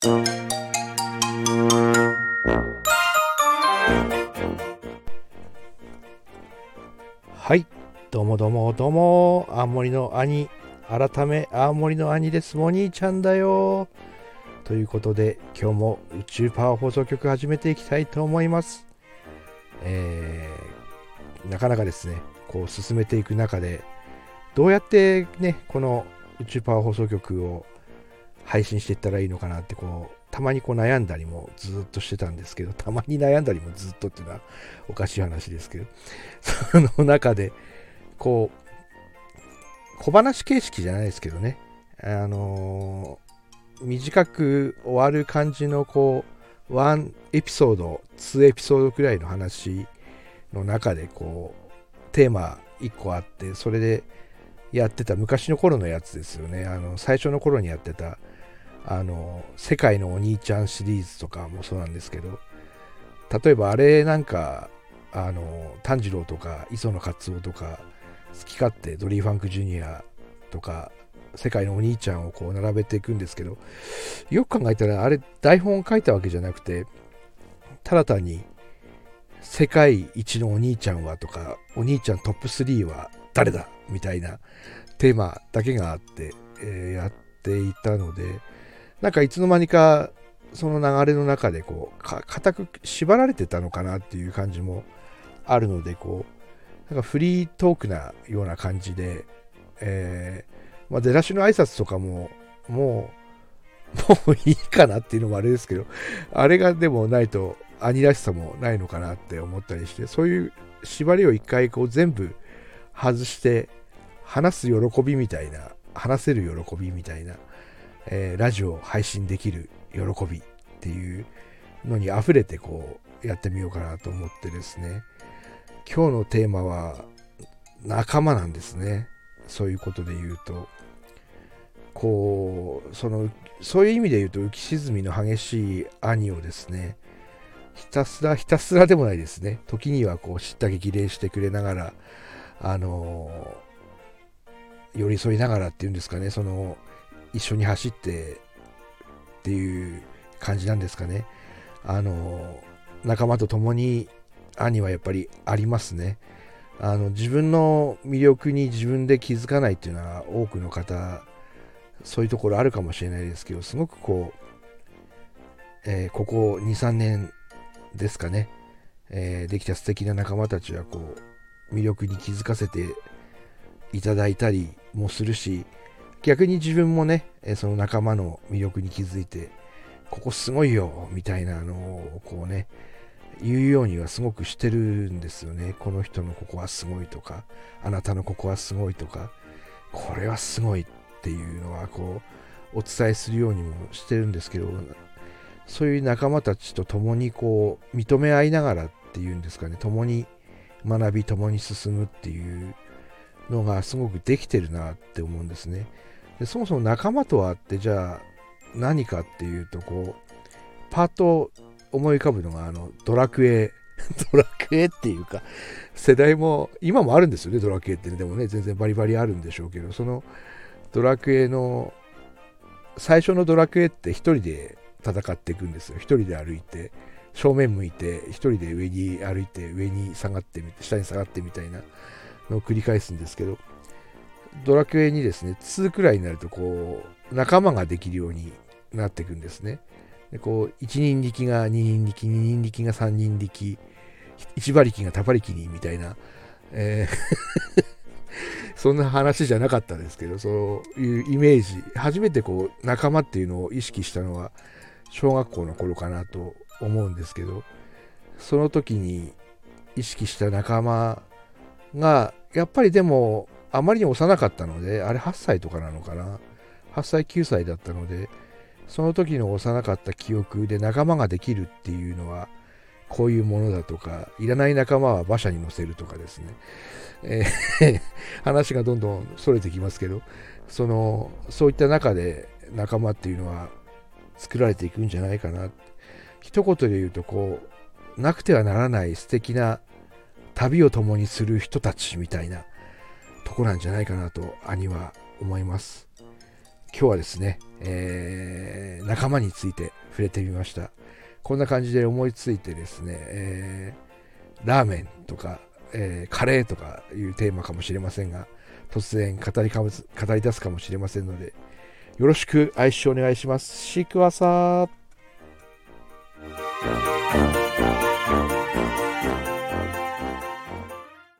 はい、どうもどうもどうも、青森の兄、改め青森の兄です。お兄ちゃんだよ。ということで、今日も宇宙パワー放送局始めていきたいと思います。なかなかですね、こう進めていく中で、どうやってね、この宇宙パワー放送局を配信していったらいいのかなって、たまに悩んだりもずっとしてたんですけど、たまに悩んだりもずっとっていうのはおかしい話ですけど、その中で、小話形式じゃないですけどね、短く終わる感じの1エピソード、2エピソードくらいの話の中でテーマ1個あって、それでやってた昔の頃のやつですよね。最初の頃にやってた世界のお兄ちゃんシリーズとかもそうなんですけど、例えばあれなんか炭治郎とか磯野カツオとか好き勝手ドリー・ファンク・ジュニアとか世界のお兄ちゃんを並べていくんですけど、よく考えたらあれ台本を書いたわけじゃなくて、ただ単に世界一のお兄ちゃんはとかお兄ちゃんトップ3は誰だみたいなテーマだけがあって、やっていたので、なんかいつの間にかその流れの中で固く縛られてたのかなっていう感じもあるので、なんかフリートークなような感じで、出だしの挨拶とかももういいかなっていうのもあれですけど、あれがでもないと兄らしさもないのかなって思ったりして、そういう縛りを一回全部外して話す喜びみたいな、話せる喜びみたいな、ラジオを配信できる喜びっていうのに溢れてやってみようかなと思ってですね、今日のテーマは仲間なんですね。そういうことで言うと、そういう意味で言うと浮き沈みの激しい兄をですね、ひたすらでもないですね、時には叱咤激励してくれながら、寄り添いながらっていうんですかね、一緒に走ってっていう感じなんですかね。仲間と共に兄はやっぱりありますね。自分の魅力に自分で気づかないっていうのは多くの方そういうところあるかもしれないですけど、すごくここ 2,3 年ですかね、できた素敵な仲間たちは魅力に気づかせていただいたりもするし、逆に自分もね、その仲間の魅力に気づいて、ここすごいよみたいなのを言うようにはすごくしてるんですよね。この人のここはすごいとか、あなたのここはすごいとか、これはすごいっていうのはお伝えするようにもしてるんですけど、そういう仲間たちと共に認め合いながらっていうんですかね、共に学び共に進むっていうのがすごくできてるなって思うんですね。でそもそも仲間とはってじゃあ何かっていうと、パート思い浮かぶのがドラクエドラクエっていうか、世代も今もあるんですよね、ドラクエってね。でもね、全然バリバリあるんでしょうけど、そのドラクエの最初のドラクエって一人で戦っていくんですよ。一人で歩いて正面向いて、一人で上に歩いて、上に下がってみて下に下がってみたいなのを繰り返すんですけど、ドラクエにですね2くらいになると仲間ができるようになっていくんですね。で1人力が2人力、2人力が3人力、1馬力が他馬力にみたいな、そんな話じゃなかったですけど、そういうイメージ、初めて仲間っていうのを意識したのは小学校の頃かなと思うんですけど、その時に意識した仲間がやっぱりでもあまりに幼かったので、あれ8歳とかなのかな、8歳9歳だったので、その時の幼かった記憶で仲間ができるっていうのはこういうものだとか、いらない仲間は馬車に乗せるとかですね、話がどんどんそれてきますけど、そういった中で仲間っていうのは作られていくんじゃないかな。一言で言うとなくてはならない素敵な旅を共にする人たちみたいなとこなんじゃないかなと兄は思います。 今日はですね、仲間について触れてみました。こんな感じで思いついてですね、ラーメンとか、カレーとかいうテーマかもしれませんが、突然語り出すかもしれませんので、よろしく愛称お願いします。シークワーサー。